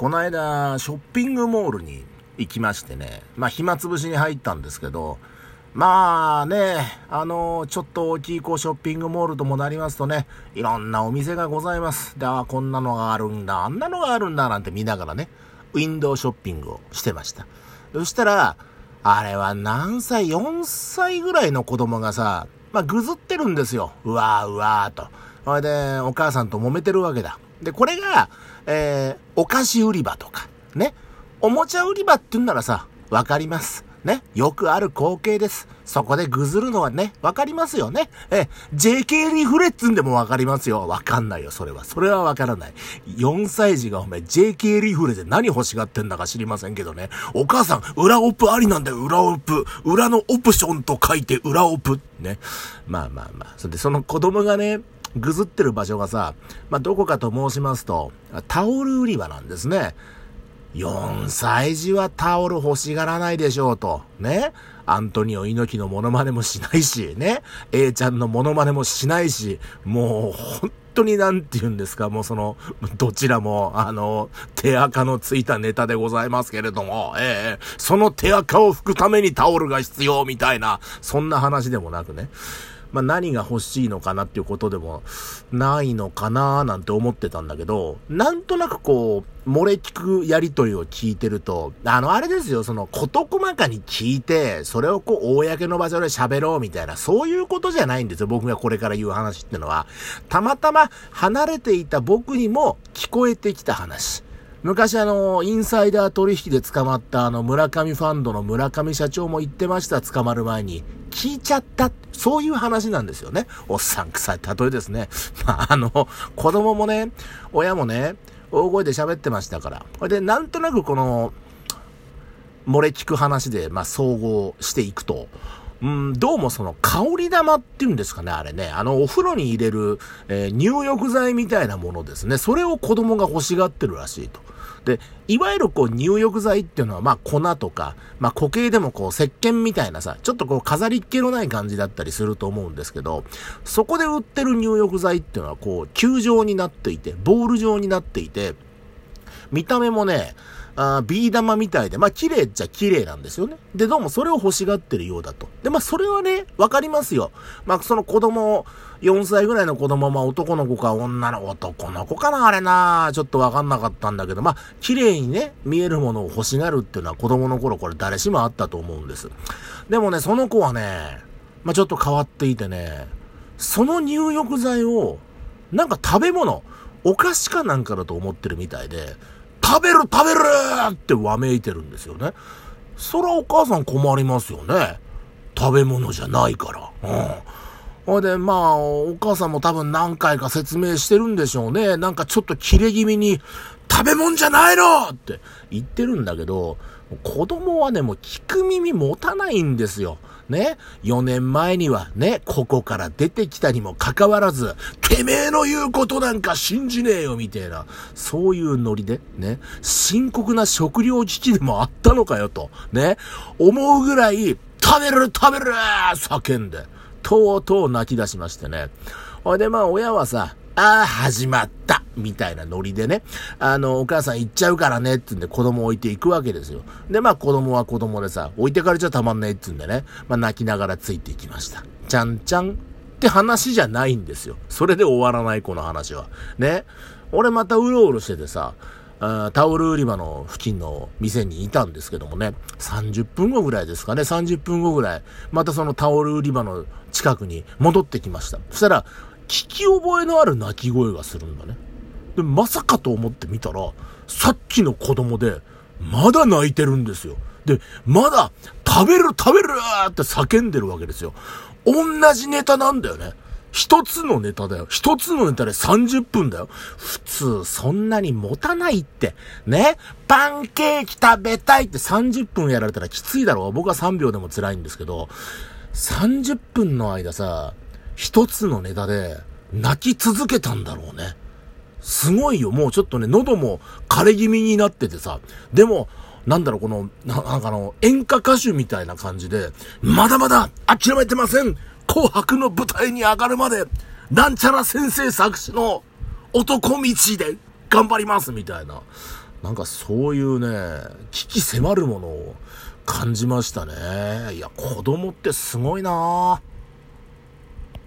この間ショッピングモールに行きましてね、暇つぶしに入ったんですけど、ちょっと大きいショッピングモールともなりますとね、いろんなお店がございます。で、こんなのがあるんだ、あんなのがあるんだなんて見ながらね、ウィンドウショッピングをしてました。そしたら、あれは何歳、4歳ぐらいの子供がさ、ぐずってるんですよ。うわーと。それで、お母さんと揉めてるわけだ。で、これが、お菓子売り場とか、ね。おもちゃ売り場って言うんならさ、わかります。ね。よくある光景です。そこでぐずるのはね、わかりますよね。JK リフレッツンでもわかりますよ。わかんないよ、それは。それはわからない。4歳児がJK リフレで何欲しがってんだか知りませんけどね。お母さん、裏オプありなんだよ、裏オプ。裏のオプションと書いて裏オプ。ね。それで、その子供がね、ぐずってる場所がさ、どこかと申しますと、タオル売り場なんですね。4歳児はタオル欲しがらないでしょうと。ね。アントニオ猪木のモノマネもしないし、ね。A ちゃんのモノマネもしないし、もう本当になんて言うんですか、もうどちらも、手垢のついたネタでございますけれども、その手垢を拭くためにタオルが必要みたいな、そんな話でもなくね。何が欲しいのかなっていうことでもないのかななんて思ってたんだけど、なんとなく漏れ聞くやりとりを聞いてると、あれですよ、事細かに聞いて、それを公の場所で喋ろうみたいな、そういうことじゃないんですよ。僕がこれから言う話ってのは。たまたま離れていた僕にも聞こえてきた話。昔インサイダー取引で捕まった村上ファンドの村上社長も言ってました。捕まる前に。聞いちゃった。そういう話なんですよね。おっさん臭い例えですね。子供もね、親もね、大声で喋ってましたから。それで、なんとなく漏れ聞く話で、総合していくと、どうも香り玉っていうんですかね、あれね。お風呂に入れる、入浴剤みたいなものですね。それを子供が欲しがってるらしいと。で、いわゆる入浴剤っていうのは粉とか、固形でも石鹸みたいなさ、ちょっと飾りっ気のない感じだったりすると思うんですけど、そこで売ってる入浴剤っていうのは球状になっていて、ボール状になっていて、見た目もね、ビー玉みたいで、綺麗っちゃ綺麗なんですよね。で、どうもそれを欲しがってるようだと。で、それはね、わかりますよ。その子供、4歳ぐらいの子供、男の子か男の子かな、あれな、ちょっとわかんなかったんだけど、綺麗にね、見えるものを欲しがるっていうのは子供の頃これ誰しもあったと思うんです。でもね、その子はね、ちょっと変わっていてね、その入浴剤を、食べ物、お菓子かなんかだと思ってるみたいで、食べるってわめいてるんですよね。そらお母さん困りますよね。食べ物じゃないから。ほいで、お母さんも多分何回か説明してるんでしょうね。ちょっと切れ気味に、食べ物じゃないのって言ってるんだけど、子供はね、もう聞く耳持たないんですよ。ね。4年前にはね、ここから出てきたにもかかわらず、てめえの言うことなんか信じねえよみたいな、そういうノリで、ね、深刻な食糧危機でもあったのかよと、ね、思うぐらい、食べる叫んで、とうとう泣き出しましてね。ほいで親はさ、始まったみたいなノリでね、お母さん行っちゃうからねってんで子供置いていくわけですよ。で子供は子供でさ、置いてかれちゃたまんねえってんでね、泣きながらついていきました。ちゃんちゃんって話じゃないんですよ。それで終わらないこの話は。ね。俺またうろうろしててさ、タオル売り場の付近の店にいたんですけどもね、30分後ぐらいですかね、30分後ぐらい、またそのタオル売り場の近くに戻ってきました。そしたら、聞き覚えのある鳴き声がするんだね。で、まさかと思ってみたら、さっきの子供で、まだ泣いてるんですよ。で、まだ、食べるって叫んでるわけですよ。同じネタなんだよね。一つのネタだよ。一つのネタで30分だよ。普通、そんなに持たないって。ね。パンケーキ食べたいって30分やられたらきついだろう。僕は3秒でも辛いんですけど、30分の間さ、一つのネタで泣き続けたんだろうね。すごいよ。もうちょっとね、喉も枯れ気味になっててさ。でも、演歌歌手みたいな感じで、まだまだ諦めてません。紅白の舞台に上がるまで、なんちゃら先生作詞の男道で頑張りますみたいな。 なんかそういうね、危機迫るものを感じましたね。いや、子供ってすごいなぁ。